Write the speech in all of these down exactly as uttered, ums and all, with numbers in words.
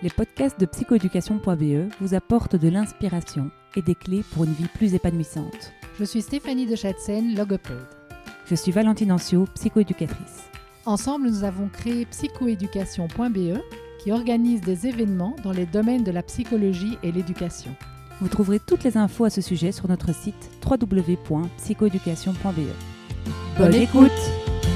Les podcasts de psychoéducation point b e vous apportent de l'inspiration et des clés pour une vie plus épanouissante. Je suis Stéphanie de Chatsen, logopède. Je suis Valentine Ancio, psychoéducatrice. Ensemble, nous avons créé psychoéducation point b e qui organise des événements dans les domaines de la psychologie et l'éducation. Vous trouverez toutes les infos à ce sujet sur notre site w w w point psychoéducation point b e. Bonne, Bonne écoute, écoute.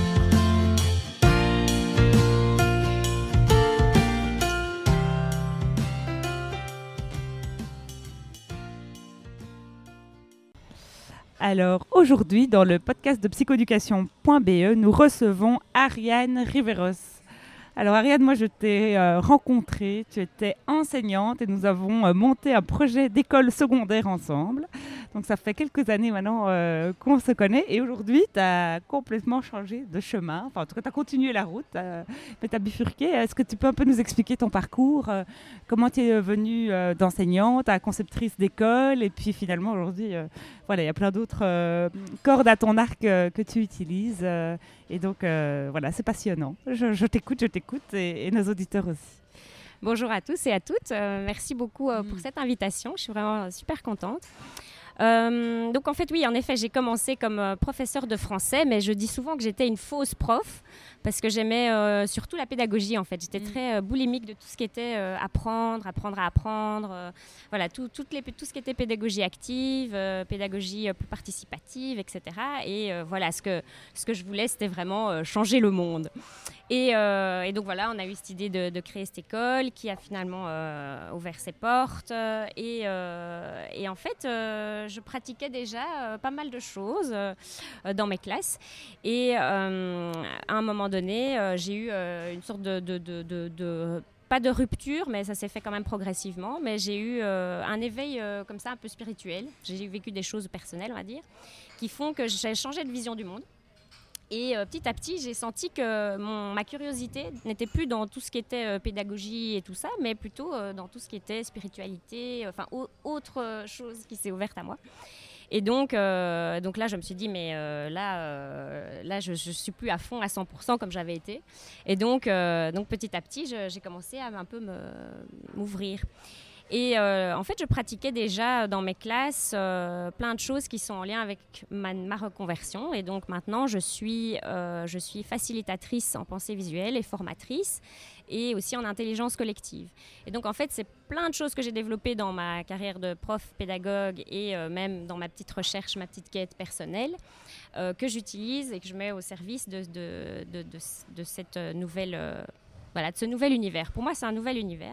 Alors aujourd'hui, dans le podcast de psychoéducation point b e, nous recevons Ariane Riveros. Alors Ariane, moi je t'ai euh, rencontrée, tu étais enseignante et nous avons euh, monté un projet d'école secondaire ensemble. Donc ça fait quelques années maintenant euh, qu'on se connaît et aujourd'hui tu as complètement changé de chemin. Enfin en tout cas tu as continué la route, euh, mais tu as bifurqué. Est-ce que tu peux un peu nous expliquer ton parcours, euh, comment tu es devenue euh, d'enseignante à conceptrice d'école et puis finalement aujourd'hui, euh, voilà, il y a plein d'autres euh, cordes à ton arc euh, que tu utilises euh, et donc euh, voilà, c'est passionnant. Je, je t'écoute, je t'écoute et, et nos auditeurs aussi. Bonjour à tous et à toutes, euh, merci beaucoup euh, pour cette invitation, je suis vraiment super contente. Euh, donc en fait oui, en effet, j'ai commencé comme euh, professeur de français, mais je dis souvent que j'étais une fausse prof parce que j'aimais euh, surtout la pédagogie en fait. J'étais très euh, boulimique de tout ce qui était euh, apprendre, apprendre à apprendre, euh, voilà, tout, toutes les, tout ce qui était pédagogie active, euh, pédagogie euh, plus participative, et cetera. Et euh, voilà, ce que, ce que je voulais, c'était vraiment euh, changer le monde. Et, euh, et donc voilà, on a eu cette idée de, de créer cette école qui a finalement euh, ouvert ses portes. Et, euh, et en fait, euh, je pratiquais déjà euh, pas mal de choses euh, dans mes classes. Et euh, à un moment donné, euh, j'ai eu euh, une sorte de... de, de, de, de pas de rupture, mais ça s'est fait quand même progressivement. Mais j'ai eu euh, un éveil euh, comme ça un peu spirituel. J'ai vécu des choses personnelles, on va dire, qui font que j'ai changé de vision du monde. Et euh, petit à petit, j'ai senti que mon, ma curiosité n'était plus dans tout ce qui était euh, pédagogie et tout ça, mais plutôt euh, dans tout ce qui était spiritualité, enfin au, autre chose qui s'est ouverte à moi. Et donc, euh, donc là, je me suis dit, mais euh, là, euh, là je ne suis plus à fond, à cent pour cent comme j'avais été. Et donc, euh, donc petit à petit, je, j'ai commencé à un peu me, m'ouvrir. Et euh, en fait, je pratiquais déjà dans mes classes euh, plein de choses qui sont en lien avec ma, ma reconversion. Et donc maintenant, je suis, euh, je suis facilitatrice en pensée visuelle et formatrice et aussi en intelligence collective. Et donc en fait, c'est plein de choses que j'ai développées dans ma carrière de prof, pédagogue et euh, même dans ma petite recherche, ma petite quête personnelle euh, que j'utilise et que je mets au service de, de, de, de, de, cette nouvelle, euh, voilà, de ce nouvel univers. Pour moi, c'est un nouvel univers.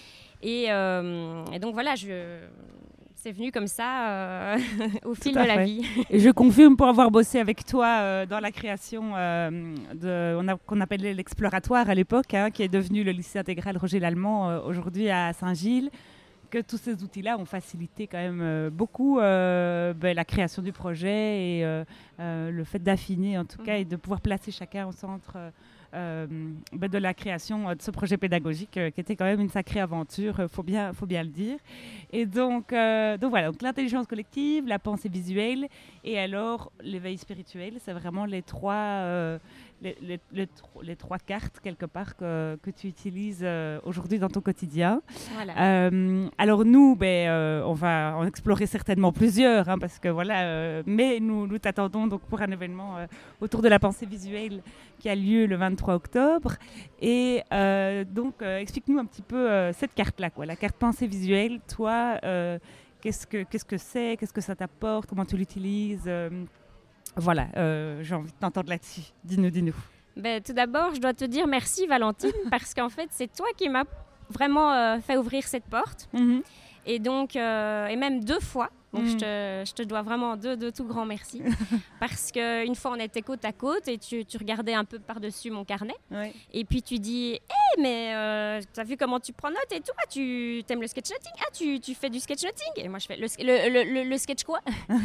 Et, euh, et donc voilà, je, c'est venu comme ça euh, au fil de la fait. vie. Et je confirme pour avoir bossé avec toi euh, dans la création euh, de, on a, qu'on appelait l'exploratoire à l'époque, hein, qui est devenu le lycée intégral Roger Lallemand euh, aujourd'hui à Saint-Gilles, que tous ces outils-là ont facilité quand même euh, beaucoup euh, ben, la création du projet et euh, euh, le fait d'affiner en tout mmh. cas et de pouvoir placer chacun au centre euh, Euh, ben de la création euh, de ce projet pédagogique euh, qui était quand même une sacrée aventure, il euh, faut bien, faut bien le dire. Et donc, euh, donc voilà, donc l'intelligence collective, la pensée visuelle et alors l'éveil spirituel, c'est vraiment les trois, euh, les, les, les, les trois cartes quelque part que, que tu utilises euh, aujourd'hui dans ton quotidien. Voilà. Euh, alors nous, ben, euh, on va en explorer certainement plusieurs, hein, parce que voilà, euh, mais nous, nous t'attendons donc pour un événement euh, autour de la pensée visuelle qui a lieu le vingt-trois octobre. Et euh, donc, euh, explique-nous un petit peu euh, cette carte-là, quoi, la carte pensée visuelle. Toi, euh, qu'est-ce que, qu'est-ce que c'est, qu'est-ce que ça t'apporte, comment tu l'utilises euh, Voilà, euh, j'ai envie de t'entendre là-dessus. Dis-nous, dis-nous. Ben, tout d'abord, je dois te dire merci, Valentine, parce qu'en fait, c'est toi qui m'as vraiment euh, fait ouvrir cette porte. Mm-hmm. Et donc, euh, et même deux fois. Donc, mmh. je, te, je te dois vraiment deux, deux tout grands merci. Parce qu'une fois, on était côte à côte et tu, tu regardais un peu par-dessus mon carnet. Oui. Et puis, tu dis, hé, hey, mais euh, tu as vu comment tu prends note et tout? Ah, tu aimes le sketchnoting? Ah, tu, tu fais du sketchnoting? Et moi, je fais le, le, le, le sketch quoi?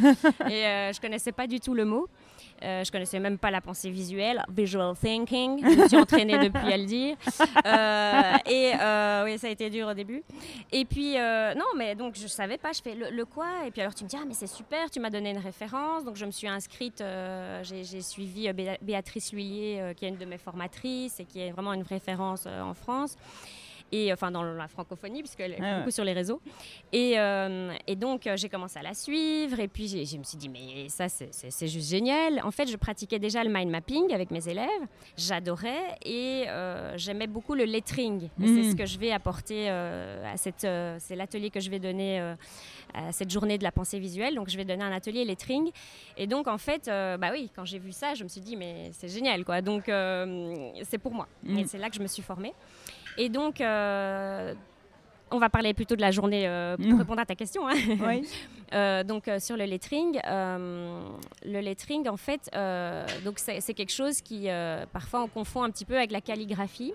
Et euh, je ne connaissais pas du tout le mot. Euh, je ne connaissais même pas la pensée visuelle, visual thinking. Je me suis entraînée depuis à le dire. Euh, et euh, oui, ça a été dur au début. Et puis, euh, non, mais donc je ne savais pas, je fais le, le quoi? Et puis alors tu me dis, ah, mais c'est super, tu m'as donné une référence. Donc je me suis inscrite, euh, j'ai, j'ai suivi euh, Béatrice Lhuillier, euh, qui est une de mes formatrices et qui est vraiment une référence euh, en France. Et enfin, dans la francophonie, puisqu'elle est Ah, beaucoup ouais. sur les réseaux. Et, euh, et donc, euh, j'ai commencé à la suivre. Et puis, j'ai, je me suis dit, mais ça, c'est, c'est, c'est juste génial. En fait, je pratiquais déjà le mind mapping avec mes élèves. J'adorais. Et euh, j'aimais beaucoup le lettering. Et Mhm. c'est ce que je vais apporter euh, à cette... euh, c'est l'atelier que je vais donner euh, à cette journée de la pensée visuelle. Donc, je vais donner un atelier lettering. Et donc, en fait, euh, bah oui, quand j'ai vu ça, je me suis dit, mais c'est génial, quoi. Donc, euh, c'est pour moi. Mhm. Et c'est là que je me suis formée. Et donc, euh, on va parler plutôt de la journée euh, pour Mhm. répondre à ta question. Hein. Oui. Euh, donc, euh, sur le lettering, euh, le lettering, en fait, euh, donc c'est, c'est quelque chose qui, euh, parfois, on confond un petit peu avec la calligraphie.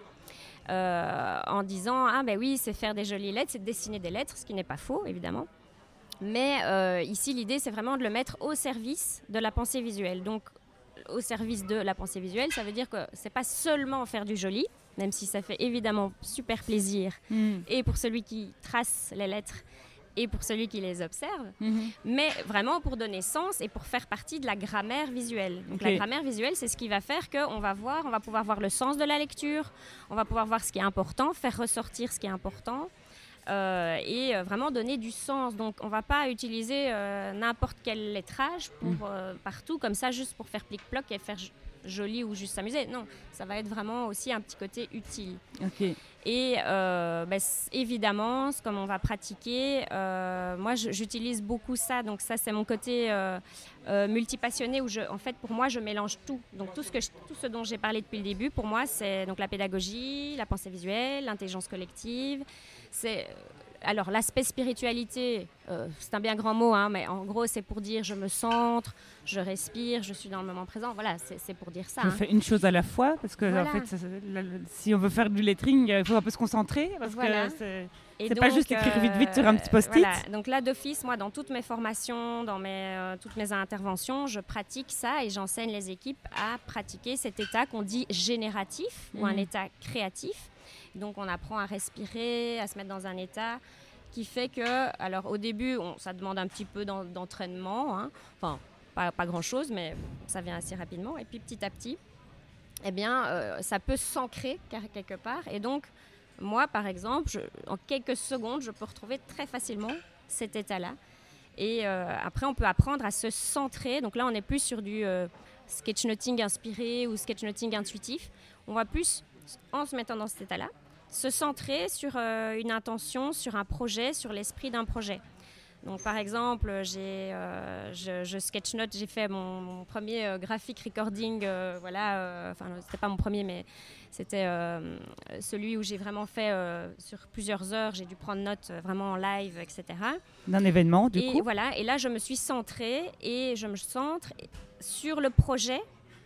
Euh, en disant, ah ben oui, c'est faire des jolies lettres, c'est dessiner des lettres, ce qui n'est pas faux, évidemment. Mais euh, ici, l'idée, c'est vraiment de le mettre au service de la pensée visuelle. Donc, au service de la pensée visuelle, ça veut dire que c'est pas seulement faire du joli, même si ça fait évidemment super plaisir, Mhm. et pour celui qui trace les lettres, et pour celui qui les observe, Mhm. mais vraiment pour donner sens et pour faire partie de la grammaire visuelle. Donc Ok. la grammaire visuelle, c'est ce qui va faire qu'on va voir, on va pouvoir voir le sens de la lecture, on va pouvoir voir ce qui est important, faire ressortir ce qui est important, euh, et euh, vraiment donner du sens. Donc on ne va pas utiliser euh, n'importe quel lettrage pour, Mm. euh, partout, comme ça, juste pour faire plic-ploc et faire j- joli ou juste s'amuser. Non, ça va être vraiment aussi un petit côté utile. Ok. Et euh, bah, c- évidemment, c- comme on va pratiquer, euh, moi je- j'utilise beaucoup ça. Donc ça, c'est mon côté euh, euh, multipassionné où, je, en fait, pour moi, je mélange tout. Donc tout ce, que je- tout ce dont j'ai parlé depuis le début, pour moi, c'est donc la pédagogie, la pensée visuelle, l'intelligence collective. C'est alors l'aspect spiritualité, euh, c'est un bien grand mot, hein, mais en gros, c'est pour dire je me centre, je respire, je suis dans le moment présent. Voilà, c'est c'est pour dire ça. Je hein. fais une chose à la fois parce que Voilà. en fait, ça- ça- la- la- si on veut faire du lettering, il faut un peu se concentrer parce Voilà. que c'est Et C'est pas donc, juste écrire vite, vite sur un petit post-it. Voilà. Donc là, d'office, moi, dans toutes mes formations, dans mes, euh, toutes mes interventions, je pratique ça et j'enseigne les équipes à pratiquer cet état qu'on dit génératif ou un Mhm. état créatif. Donc on apprend à respirer, à se mettre dans un état qui fait que, alors au début, on, ça demande un petit peu d'en- d'entraînement, hein. Enfin, pas, pas grand-chose, mais ça vient assez rapidement. Et puis petit à petit, eh bien, euh, ça peut s'ancrer car- quelque part. Et donc, moi, par exemple, je- en quelques secondes, je peux retrouver très facilement cet état-là. Et euh, après, on peut apprendre à se centrer. Donc là, on n'est plus sur du euh, sketchnoting inspiré ou sketchnoting intuitif. On va plus, en se mettant dans cet état-là, se centrer sur euh, une intention, sur un projet, sur l'esprit d'un projet. Donc, par exemple, j'ai, euh, je, je sketchnote, j'ai fait mon, mon premier euh, graphic recording, euh, voilà, euh, enfin, c'était pas mon premier, mais c'était euh, celui où j'ai vraiment fait euh, sur plusieurs heures, j'ai dû prendre note euh, vraiment en live, et cetera. d'un événement, du et coup. voilà, et là, je me suis centrée et je me centre sur le projet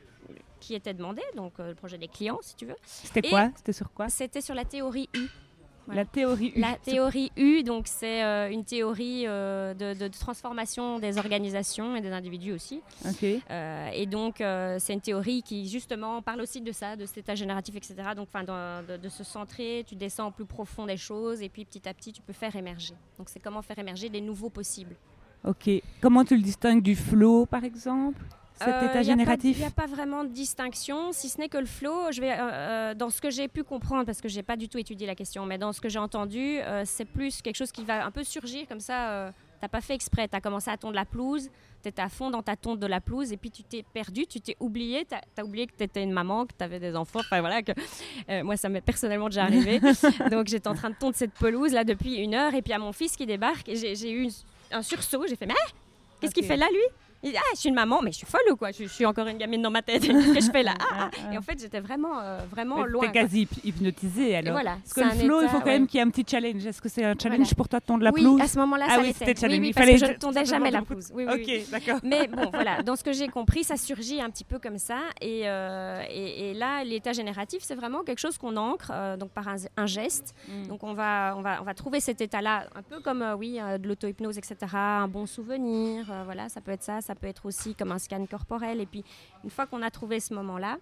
qui était demandé, donc euh, le projet des clients, si tu veux. C'était et- quoi C'était sur quoi C'était sur la théorie U. Voilà. La théorie U. La théorie U, donc c'est euh, une théorie euh, de, de transformation des organisations et des individus aussi. Ok. Euh, et donc euh, c'est une théorie qui justement parle aussi de ça, de cet état génératif, et cetera. Donc enfin de, de- de se centrer, tu descends au plus profond des choses et puis petit à petit tu peux faire émerger. Donc c'est comment faire émerger des nouveaux possibles. Ok. Comment tu le distingues du flow, par exemple Cet Euh, état y a génératif Il n'y a pas vraiment de distinction, si ce n'est que le flow, je vais, euh, euh, dans ce que j'ai pu comprendre, parce que je n'ai pas du tout étudié la question, mais dans ce que j'ai entendu, euh, c'est plus quelque chose qui va un peu surgir comme ça. Euh, tu n'as pas fait exprès, tu as commencé à tondre la pelouse, tu étais à fond dans ta tonte de la pelouse, et puis tu t'es perdu, tu t'es oublié, tu as oublié que tu étais une maman, que tu avais des enfants, enfin voilà, que, euh, moi ça m'est personnellement déjà arrivé. Donc j'étais en train de tondre cette pelouse là depuis une heure, et puis il y a mon fils qui débarque, et j'ai j'ai eu une- un sursaut, j'ai fait « Mais qu'est-ce Ok. qu'il fait là lui ?» Il dit, ah, je suis une maman, mais je suis folle ou quoi, je, je suis encore une gamine dans ma tête. Qu'est-ce que je fais là? Ah, ah. Et en fait, j'étais vraiment, euh, vraiment Mais loin. T'es quoi. quasi hyp- hypnotisé alors. Et voilà, Parce que c'est le un flow, il état, faut quand ouais. même qu'il y ait un petit challenge. Est-ce que c'est un challenge Voilà. pour toi de tondre la Oui, pelouse à ce moment-là, Ah ça oui, l'était. c'était challenge. Oui, oui, Il parce fallait que je ne te- tondais te jamais la tondre pelouse. Oui, oui, Ok, oui. d'accord. Mais bon, voilà, dans ce que j'ai compris, ça surgit un petit peu comme ça. Et, euh, et, et là, l'état génératif, c'est vraiment quelque chose qu'on ancre euh, donc par un, un geste. Mm. Donc on va, on, va, on va trouver cet état-là, un peu comme euh, oui, euh, de l'auto-hypnose, et cetera. Un bon souvenir, euh, voilà, ça peut être ça. Ça peut être aussi comme un scan corporel. Et puis, une fois qu'on a trouvé ce moment-là,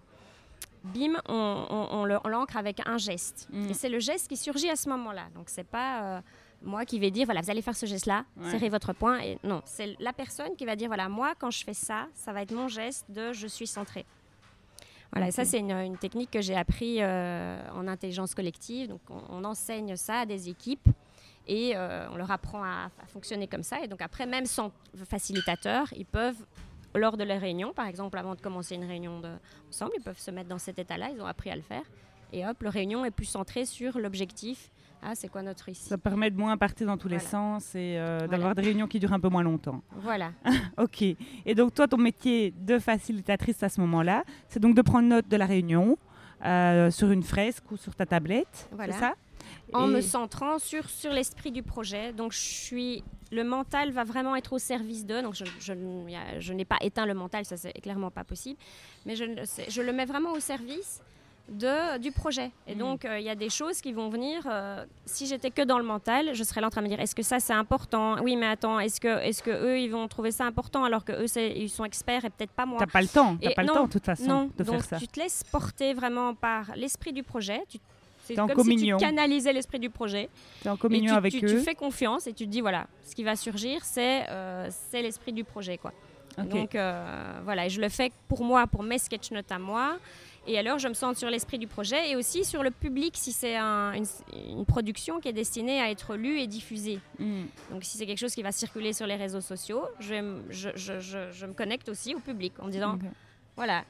bim, on, on, on le- on l'ancre avec un geste. Mm. Et c'est le geste qui surgit à ce moment-là. Donc, c'est pas euh, moi qui vais dire, voilà, vous allez faire ce geste-là, Ouais. serrez votre poing. Et non, c'est la personne qui va dire, voilà, moi, quand je fais ça, ça va être mon geste de je suis centré. Voilà, Okay. ça c'est une, une technique que j'ai appris euh, en intelligence collective. Donc on, on enseigne ça à des équipes et euh, on leur apprend à, à fonctionner comme ça. Et donc après, même sans facilitateur, ils peuvent, lors de leur réunion, par exemple avant de commencer une réunion de, ensemble, ils peuvent se mettre dans cet état-là, ils ont appris à le faire. Et hop, leur réunion est plus centrée sur l'objectif. Ah, c'est quoi notre réussite? Ça permet de moins partir dans tous Voilà. les sens et euh, Voilà. d'avoir des réunions qui durent un peu moins longtemps. Voilà. Ok. Et donc toi, ton métier de facilitatrice à ce moment-là, c'est donc de prendre note de la réunion euh, sur une fresque ou sur ta tablette, Voilà. c'est ça? En Et- me centrant sur, sur l'esprit du projet. Donc, je suis, le mental va vraiment être au service d'eux. Donc, je, je, y a- je n'ai pas éteint le mental, ça, c'est clairement pas possible. Mais je, c'est- je le mets vraiment au service de, du projet. Et Mm. donc, il y a des choses qui vont venir. euh, si j'étais que dans le mental, je serais là en train de me dire, est-ce que ça, c'est important? Oui, mais attends, est-ce que, est-ce que eux, ils vont trouver ça important alors que eux, c'est- ils sont experts et peut-être pas moi? T'as pas le temps, t'as Et pas non, le temps de toute façon Non, de donc faire ça. tu te laisses porter vraiment par l'esprit du projet. Tu, c'est T'es en comme communion. si tu canalisais l'esprit du projet. T'es en Et communion tu, avec tu, eux. tu fais confiance et tu te dis, voilà, ce qui va surgir, c'est euh, c'est l'esprit du projet, quoi. Ok. Donc, euh, voilà, et je le fais pour moi, pour mes sketch notes à moi. Et alors, je me sens sur l'esprit du projet et aussi sur le public, si c'est un- une, une production qui est destinée à être lue et diffusée. Mm. Donc, si c'est quelque chose qui va circuler sur les réseaux sociaux, je, vais m- je, je, je, je me connecte aussi au public en disant, Ok. voilà,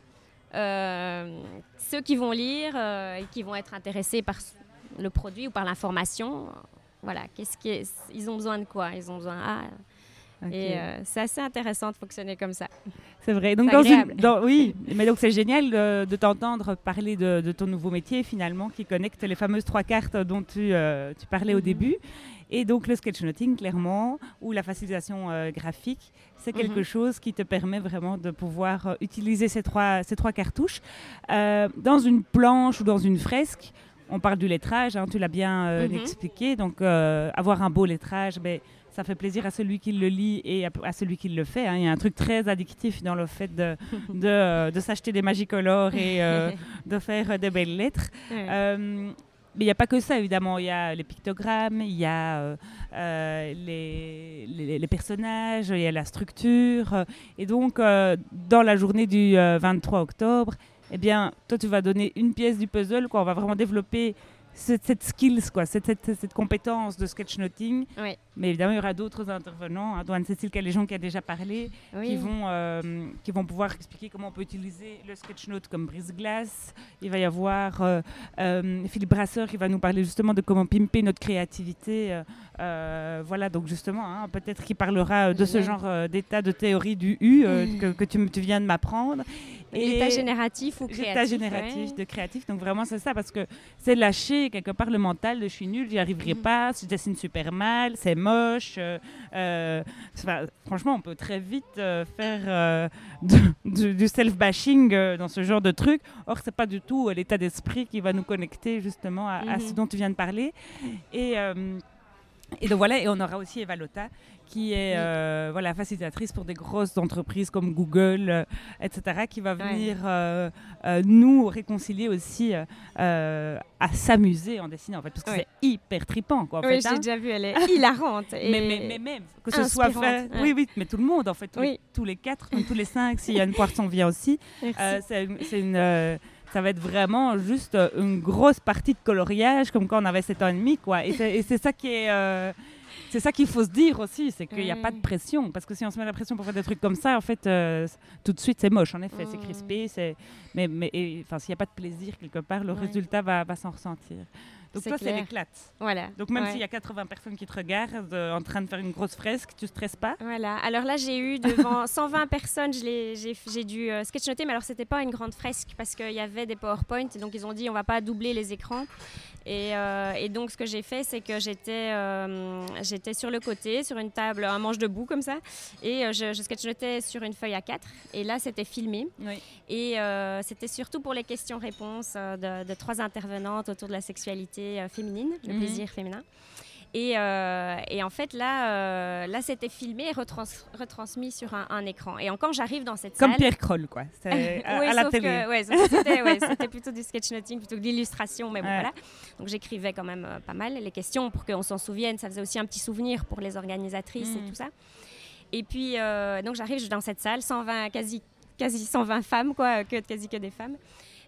euh, ceux qui vont lire euh, et qui vont être intéressés par le produit ou par l'information, euh, voilà, qu'est-ce qui est, ils ont besoin de quoi? Ils ont besoin ah, Ok. et euh, c'est assez intéressant de fonctionner comme ça. C'est vrai. Donc C'est dans une, agréable. dans- oui, mais donc c'est génial euh, de t'entendre parler de, de ton nouveau métier finalement qui connecte les fameuses trois cartes dont tu, euh, tu parlais au Mhm. début. Et donc le sketchnoting clairement ou la facilitation euh, graphique, c'est quelque Mhm. chose qui te permet vraiment de pouvoir euh, utiliser ces trois, ces trois cartouches. Euh, dans une planche ou dans une fresque, on parle du lettrage, hein, tu l'as bien euh, Mhm. expliqué. Donc euh, avoir un beau lettrage, ben, ça fait plaisir à celui qui le lit et à, à celui qui le fait. Hein. Il y a un truc très addictif dans le fait de, de, euh, de s'acheter des Magicolor et euh, de faire euh, des belles lettres. Ouais. Euh, mais il n'y a pas que ça, évidemment. Il y a les pictogrammes, il y a euh, euh, les, les, les personnages, il y a la structure. euh, Et donc, euh, dans la journée du euh, vingt-trois octobre, eh bien, toi, tu vas donner une pièce du puzzle. Quoi. On va vraiment développer cette, cette skills, quoi, cette, cette, cette compétence de sketchnoting. Ouais. Mais évidemment, il y aura d'autres intervenants, hein, dont Anne-Cécile Caléjon qui a déjà parlé, Oui. qui, vont, euh, qui vont pouvoir expliquer comment on peut utiliser le sketchnote comme brise-glace. Il va y avoir euh, euh, Philippe Brasseur qui va nous parler justement de comment pimper notre créativité. Euh, euh, voilà, donc justement, hein, peut-être qu'il parlera euh, de ce Génial. genre euh, d'état de théorie du U euh, que, que tu, tu viens de m'apprendre. L'état génératif ou créatif. L'état génératif ouais. de créatif. Donc vraiment, c'est ça, parce que c'est lâcher quelque part le mental de je suis nul, j'y arriverai Mhm. pas, je dessine super mal, c'est moche. euh, euh, enfin, franchement, on peut très vite euh, faire euh, de- du, du self-bashing euh, dans ce genre de truc. Or, c'est pas du tout euh, l'état d'esprit qui va nous connecter justement à, à Mhm. ce dont tu viens de parler. Et, euh, et donc voilà, et on aura aussi Eva Lotta, qui est Oui. euh, voilà, facilitatrice pour des grosses entreprises comme Google, euh, et cetera, qui va venir euh, euh, nous réconcilier aussi euh, euh, à s'amuser en dessinant, en fait, parce que Ouais. c'est hyper trippant, quoi, en Oui, fait, j'ai hein. déjà vu, elle est hilarante. Et... Mais, mais, mais même, que ce soit inspirante, fait... ouais. Oui, oui, mais tout le monde, en fait, tous, Oui. les, tous les quatre, même tous les cinq, si Yann Poisson vient aussi, Merci. euh, c'est c'est une... euh, ça va être vraiment juste euh, une grosse partie de coloriage, comme quand on avait sept ans et demi, quoi. Et c'est et c'est ça qui est... euh, c'est ça qu'il faut se dire aussi, c'est qu'il n'y a Ouais. pas de pression. Parce que si on se met la pression pour faire des trucs comme ça, en fait, euh, c- tout de suite, c'est moche, en effet. C'est Mm. crispé. c'est- Mais, mais et, enfin, s'il n'y a pas de plaisir quelque part, le Ouais. résultat va, va s'en ressentir. Donc C'est toi, c'est clair. l'éclate. Voilà. Donc même Ouais. s'il y a quatre-vingts personnes qui te regardent euh, en train de faire une grosse fresque, tu stresses pas? Voilà. Alors là, j'ai eu devant cent vingt personnes, je l'ai- j'ai j'ai dû euh, sketchnoter, mais alors c'était pas une grande fresque parce qu'il y avait des PowerPoint, et donc ils ont dit on va pas doubler les écrans. Et, euh, et donc ce que j'ai fait, c'est que j'étais euh, j'étais sur le côté, sur une table, un manche debout comme ça, et euh, je, je sketchnotais sur une feuille A quatre. Et là, c'était filmé. Oui. Et euh, c'était surtout pour les questions-réponses euh, de, de trois intervenantes autour de la sexualité euh, féminine, le Mhm. plaisir féminin. Et, euh, et en fait, là, euh, là c'était filmé et retrans- retransmis sur un, un écran. Et encore, j'arrive dans cette Comme salle. Pierre Kroll, quoi. C'est à, Oui, à la sauf télé. que, ouais, sauf que c'était, ouais, c'était plutôt du sketchnoting plutôt que de l'illustration, mais bon, Ouais. voilà. Donc j'écrivais quand même euh, pas mal les questions pour qu'on s'en souvienne. Ça faisait aussi un petit souvenir pour les organisatrices Mm. et tout ça. Et puis, euh, donc j'arrive dans cette salle, cent vingt, quasi, quasi cent vingt femmes, quoi, que, quasi que des femmes.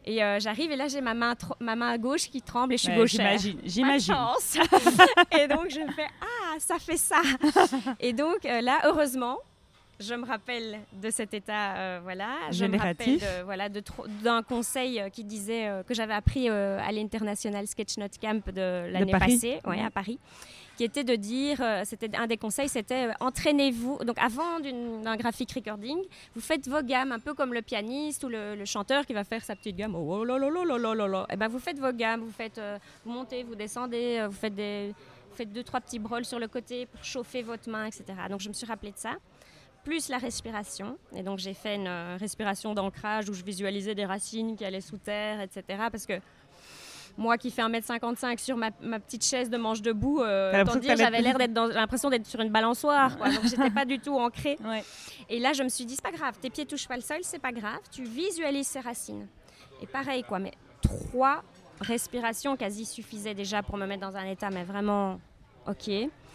Et euh, j'arrive et là j'ai ma main, tr- ma main à gauche qui tremble et je suis Ouais, gauchère. j'imagine, j'imagine. Pas de chance. Et donc je fais ah ça fait ça. Et donc euh, là heureusement je me rappelle de cet état euh, voilà. Je me rappelle Génératif. de, voilà, de tro- d'un conseil euh, qui disait euh, que j'avais appris euh, à l'International Sketch Note Camp de l'année Paris. passée, ouais, à Paris. Qui était de dire, euh, c'était un des conseils, c'était euh, entraînez-vous. Donc avant d'une, d'un graphic recording, vous faites vos gammes, un peu comme le pianiste ou le, le chanteur qui va faire sa petite gamme. Oh là là là là là là là. Et ben vous faites vos gammes, vous faites, euh, vous montez, vous descendez, euh, vous faites des, vous faites deux trois petits brôles sur le côté pour chauffer votre main, et cetera. Donc je me suis rappelé de ça. Plus la respiration. Et donc j'ai fait une euh, respiration d'ancrage où je visualisais des racines qui allaient sous terre, et cetera. Parce que moi qui fais un mètre cinquante-cinq sur ma, ma petite chaise de manche debout, euh, autant dire, j'avais l'air d'être dans, l'impression d'être sur une balançoire, quoi. Donc j'étais pas du tout ancrée. Ouais. Et là je me suis dit c'est pas grave, tes pieds touchent pas le sol, c'est pas grave, tu visualises ces racines. Et pareil quoi, mais trois respirations quasi suffisaient déjà pour me mettre dans un état mais vraiment ok.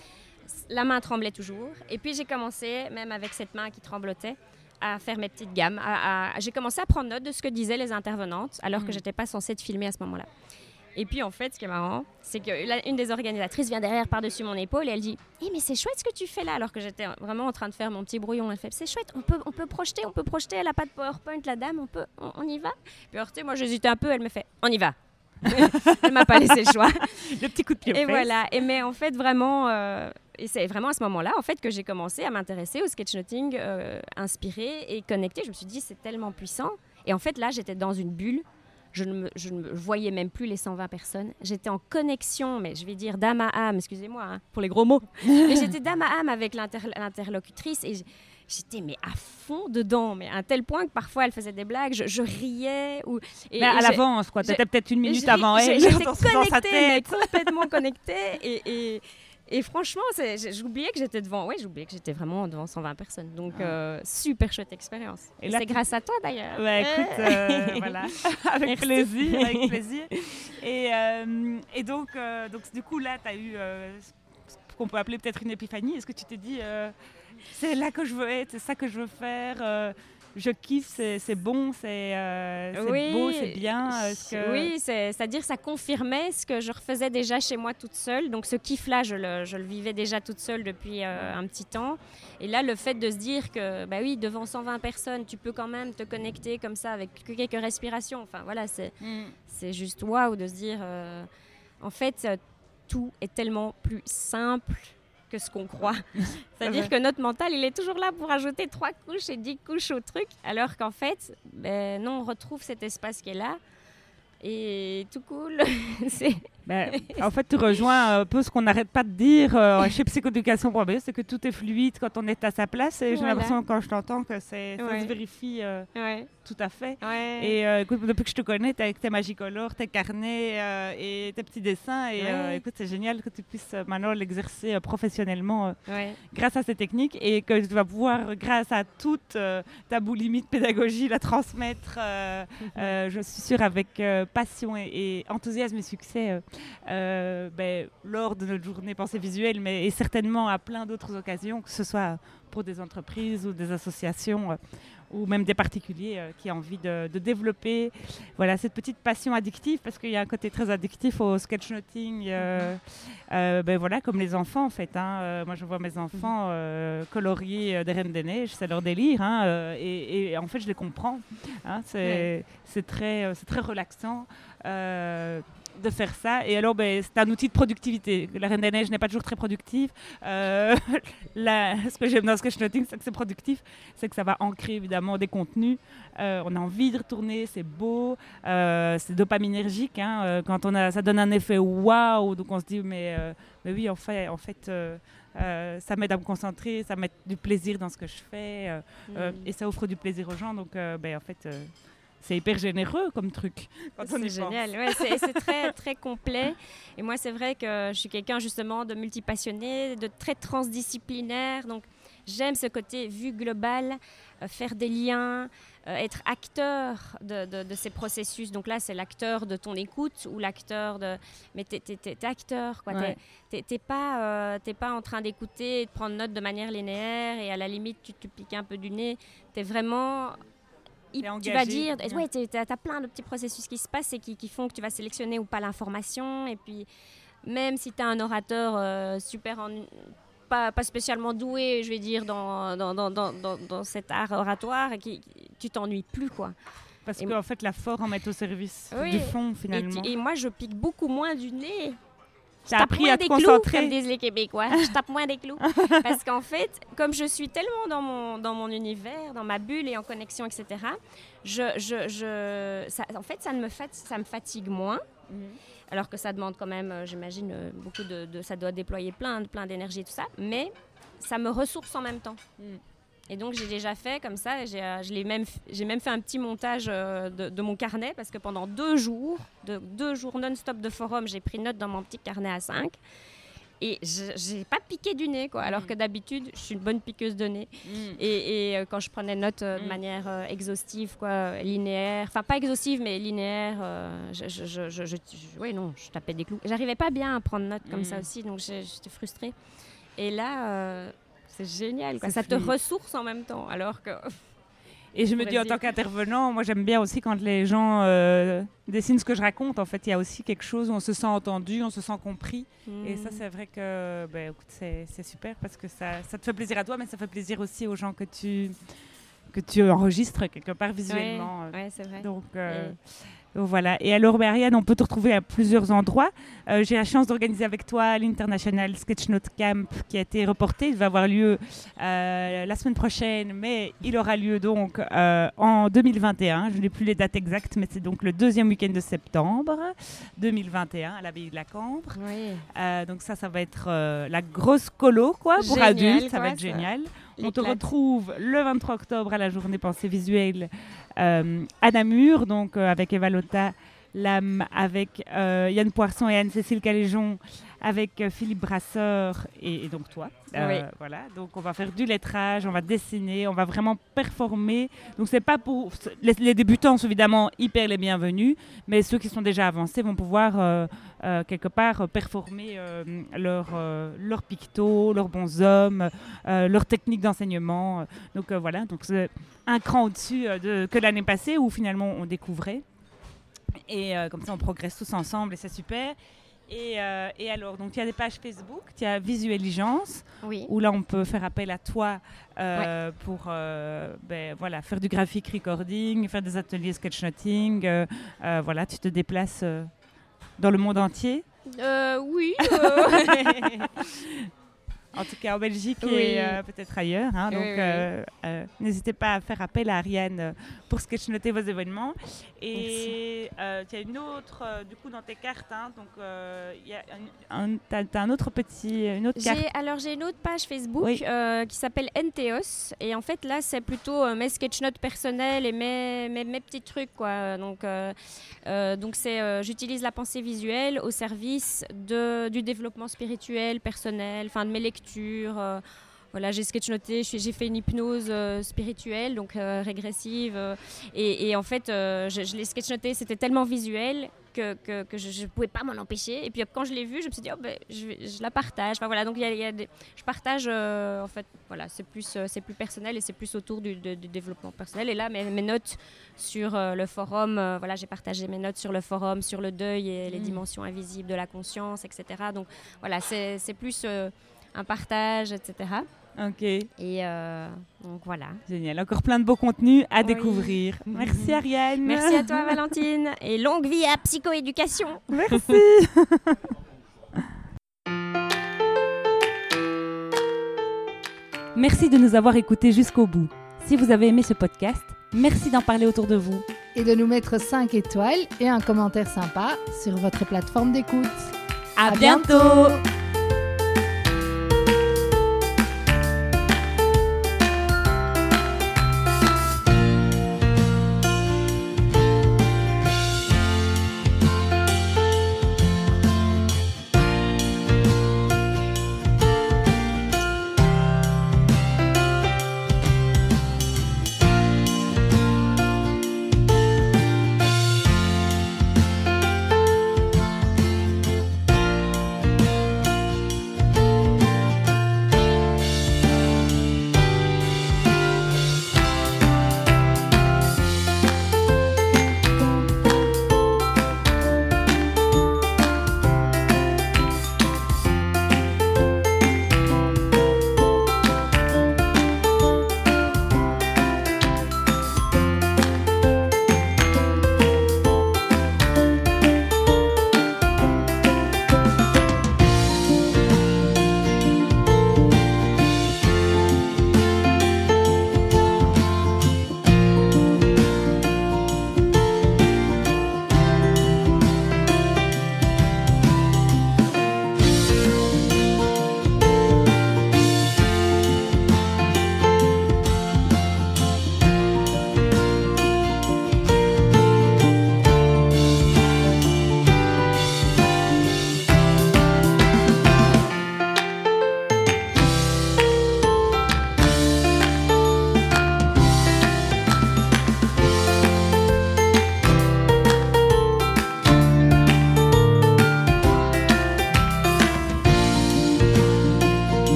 La main tremblait toujours. Et puis j'ai commencé, même avec cette main qui tremblotait, à faire mes petites gammes. À, à... J'ai commencé à prendre note de ce que disaient les intervenantes, alors que Mmh. j'étais pas censée te filmer à ce moment-là. Et puis en fait, ce qui est marrant, c'est qu'une des organisatrices vient derrière par-dessus mon épaule et elle dit hey, « mais c'est chouette ce que tu fais là !» Alors que j'étais vraiment en train de faire mon petit brouillon. Elle fait « c'est chouette, on peut, on peut projeter, on peut projeter, elle n'a pas de PowerPoint la dame, on, peut, on, on y va ?» Puis alors tu sais, moi j'hésitais un peu, elle me fait « on y va !» Elle m'a pas laissé le choix. Le petit coup de pied aux Et fesses. voilà. Et mais en fait, vraiment, euh, et c'est vraiment à ce moment-là en fait, que j'ai commencé à m'intéresser au sketchnoting euh, inspiré et connecté. Je me suis dit, c'est tellement puissant. Et en fait, là, j'étais dans une bulle. Je ne, me, je ne me voyais même plus les cent vingt personnes. J'étais en connexion, mais je vais dire d'âme à âme, excusez-moi hein, pour les gros mots. Mais j'étais d'âme à âme avec l'inter- l'interlocutrice et j'étais mais à fond dedans, mais à un tel point que parfois elle faisait des blagues, je, je riais. Ou, et, mais à et l'avance, quoi. T'étais peut-être une minute je- avant elle. J'étais dans sa connectée, mais tête. complètement connectée. Et, et, et franchement, c'est, j'oubliais que j'étais devant. Ouais, j'oubliais que j'étais vraiment devant cent vingt personnes. Donc, euh, super chouette expérience. Et, et là, c'est tu... grâce à toi d'ailleurs. Ouais, écoute, euh, voilà, avec Merci. plaisir, avec plaisir. Et, euh, et donc, euh, donc, du coup, là, tu as eu euh, ce qu'on peut appeler peut-être une épiphanie. Est-ce que tu t'es dit, euh, c'est là que je veux être, c'est ça que je veux faire euh, je kiffe, c'est, c'est bon, c'est, euh, c'est oui, beau, c'est bien. Que... Oui, c'est, c'est-à-dire ça confirmait ce que je refaisais déjà chez moi toute seule. Donc ce kiff-là, je le, je le vivais déjà toute seule depuis euh, un petit temps. Et là, le fait de se dire que, bah oui, devant cent vingt personnes, tu peux quand même te connecter comme ça avec quelques respirations. Enfin voilà, c'est, mm. c'est juste waouh de se dire, euh, en fait, tout est tellement plus simple que ce qu'on croit. C'est-à-dire que notre mental, il est toujours là pour ajouter trois couches et dix couches au truc, alors qu'en fait, ben, non, on retrouve cet espace qui est là et tout cool. c'est... Ben, en fait, tu rejoins un peu ce qu'on n'arrête pas de dire euh, chez psychoéducation point b e, c'est que tout est fluide quand on est à sa place. Et j'ai voilà. l'impression, quand je t'entends, que c'est, ça ouais. se vérifie euh, ouais. tout à fait. Ouais. Et euh, écoute, depuis que je te connais, tu es avec tes magicolores, tes carnets euh, et tes petits dessins. Et ouais. euh, écoute, c'est génial que tu puisses euh, maintenant l'exercer euh, professionnellement euh, ouais. grâce à ces techniques et que tu vas pouvoir, grâce à toute euh, ta boulimie de pédagogie, la transmettre, euh, mm-hmm. euh, je suis sûre, avec euh, passion et, et enthousiasme et succès. Euh, Euh, ben, lors de notre journée pensée visuelle, mais et certainement à plein d'autres occasions, que ce soit pour des entreprises ou des associations euh, ou même des particuliers euh, qui ont envie de, de développer voilà, cette petite passion addictive, parce qu'il y a un côté très addictif au sketchnoting, euh, euh, ben, voilà, comme les enfants en fait. Hein. Euh, moi je vois mes enfants euh, colorier des Reines des Neiges, c'est leur délire, hein, euh, et, et en fait je les comprends. Hein, c'est, ouais. c'est, très, c'est très relaxant. Euh, de faire ça. Et alors, ben, c'est un outil de productivité. La Reine des Neiges n'est pas toujours très productive. Euh, la, ce que j'aime dans le sketchnoting, c'est que c'est productif. C'est que ça va ancrer, évidemment, des contenus. Euh, on a envie de retourner, c'est beau. Euh, c'est dopaminergique. Hein, quand on a, ça donne un effet waouh. Donc, on se dit, mais, euh, mais oui, en fait, en fait euh, euh, ça m'aide à me concentrer, ça met du plaisir dans ce que je fais. Euh, mmh. euh, et ça offre du plaisir aux gens. Donc, euh, ben, en fait... Euh, c'est hyper généreux comme truc. Quand c'est on y génial, ouais, c'est, c'est très, très complet. Et moi, c'est vrai que je suis quelqu'un justement de multipassionné, de très transdisciplinaire. Donc, j'aime ce côté vue globale, euh, faire des liens, euh, être acteur de, de, de ces processus. Donc là, c'est l'acteur de ton écoute ou l'acteur de... Mais t'es, t'es, t'es, t'es acteur, quoi. Ouais. T'es, t'es, t'es, pas, euh, t'es pas en train d'écouter et de prendre note de manière linéaire et à la limite, tu te piques un peu du nez. T'es vraiment... il, tu vas dire, ouais, tu as plein de petits processus qui se passent et qui, qui font que tu vas sélectionner ou pas l'information. Et puis, même si tu as un orateur euh, super, en, pas, pas spécialement doué, je vais dire, dans, dans, dans, dans, dans, dans cet art oratoire, qui, tu t'ennuies plus, quoi. Parce qu'en fait, la forme est au service oui, du fond, finalement. Et, et moi, je pique beaucoup moins du nez. Je T'as tape appris moins à te des concentrer. clous, comme disent les Québécois. Je tape moins des clous. Parce qu'en fait, comme je suis tellement dans mon, dans mon univers, dans ma bulle et en connexion, et cetera, je, je, je, ça, en fait, ça, ne me, fat, ça me fatigue moins. Mm-hmm. Alors que ça demande quand même, euh, j'imagine, euh, beaucoup de, de... Ça doit déployer plein, plein d'énergie et tout ça. Mais ça me ressource en même temps. Mm. Et donc, j'ai déjà fait comme ça. J'ai, euh, je l'ai même, j'ai même fait un petit montage euh, de, de mon carnet parce que pendant deux jours, de, deux jours non-stop de forum, j'ai pris note dans mon petit carnet à cinq. Et je n'ai pas piqué du nez, quoi. Alors mmh. que d'habitude, je suis une bonne piqueuse de nez. Mmh. Et, et euh, quand je prenais note euh, de mmh. manière euh, exhaustive, quoi, linéaire, enfin pas exhaustive, mais linéaire, euh, je, je, je, je, je, je, oui, non, je tapais des clous. J'arrivais pas bien à prendre note comme mmh. ça aussi, donc j'étais frustrée. Et là... Euh, c'est génial, quoi. Ça te ressource en même temps, alors que... Et je me dis, en tant qu'intervenant, moi j'aime bien aussi quand les gens euh, dessinent ce que je raconte. En fait, il y a aussi quelque chose où on se sent entendu, on se sent compris. Mmh. Et ça, c'est vrai que ben, écoute, c'est, c'est super parce que ça, ça te fait plaisir à toi, mais ça fait plaisir aussi aux gens que tu, que tu enregistres quelque part visuellement. Oui, ouais, c'est vrai. Donc, euh, et... voilà. Et alors, Ariane, on peut te retrouver à plusieurs endroits. Euh, j'ai la chance d'organiser avec toi l'International Sketchnote Camp qui a été reporté. Il va avoir lieu euh, la semaine prochaine, mais il aura lieu donc euh, en deux mille vingt et un. Je n'ai plus les dates exactes, mais c'est donc le deuxième week-end de septembre deux mille vingt et un à l'abbaye de la Cambre. Oui. Euh, donc ça, ça va être euh, la grosse colo quoi, pour génial, adultes. Ça quoi, va être ça. Génial. On te retrouve le vingt-trois octobre à la journée pensée visuelle euh, à Namur, donc euh, avec Eva Lotta Lam, avec euh, Yann Poisson et Anne-Cécile Caléjon, avec euh, Philippe Brasseur et, et donc toi. Euh, oui. Voilà. Donc on va faire du lettrage, on va dessiner, on va vraiment performer. Donc c'est pas pour les, les débutants, sont évidemment hyper les bienvenus, mais ceux qui sont déjà avancés vont pouvoir euh, euh, quelque part euh, performer euh, leur euh, leur picto, leurs bonshommes, euh, leur technique d'enseignement. Donc euh, voilà. Donc c'est un cran au-dessus euh, de, que l'année passée où finalement on découvrait. Et euh, comme ça, on progresse tous ensemble et c'est super. Et, euh, et alors, donc il y a des pages Facebook, il y a Visuelligence, oui. où là, on peut faire appel à toi euh, ouais. pour euh, ben, voilà, faire du graphic recording, faire des ateliers sketchnoting. Euh, euh, voilà, tu te déplaces euh, dans le monde entier. Euh, oui. Euh... En tout cas en Belgique oui. et euh, peut-être ailleurs. Hein, donc, oui, oui. Euh, euh, n'hésitez pas à faire appel à Ariane pour sketchnoter vos événements. Et euh, tu as une autre, euh, du coup, dans tes cartes. Hein, donc, euh, y a un, un, t'as, t'as un autre petit, une autre carte. J'ai, alors, j'ai une autre page Facebook oui. euh, qui s'appelle Entheos. Et en fait, là, c'est plutôt euh, mes sketchnotes personnels et mes, mes, mes petits trucs. Quoi. Donc, euh, euh, donc c'est, euh, j'utilise la pensée visuelle au service de, du développement spirituel, personnel, enfin de mes lectures. Euh, voilà, j'ai sketchnoté, j'ai fait une hypnose euh, spirituelle, donc euh, régressive, euh, et, et en fait, euh, je, je l'ai sketchnoté, c'était tellement visuel que, que, que je ne pouvais pas m'en empêcher. Et puis quand je l'ai vu, je me suis dit, oh, ben, je, je la partage. Enfin, voilà, donc y a, y a des, je partage, euh, en fait, voilà, c'est plus, euh, c'est plus personnel et c'est plus autour du, de, du développement personnel. Et là, mes, mes notes sur euh, le forum, euh, voilà, j'ai partagé mes notes sur le forum, sur le deuil et mmh. les dimensions invisibles de la conscience, et cetera. Donc voilà, c'est, c'est plus... Euh, un partage, et cetera. Ok. Et euh, donc voilà. Génial. Encore plein de beaux contenus à oui. découvrir. Merci mmh. Ariane. Merci à toi Valentine. Et longue vie à Psychoéducation. Merci. Merci de nous avoir écoutés jusqu'au bout. Si vous avez aimé ce podcast, merci d'en parler autour de vous. Et de nous mettre cinq étoiles et un commentaire sympa sur votre plateforme d'écoute. À, à bientôt, bientôt.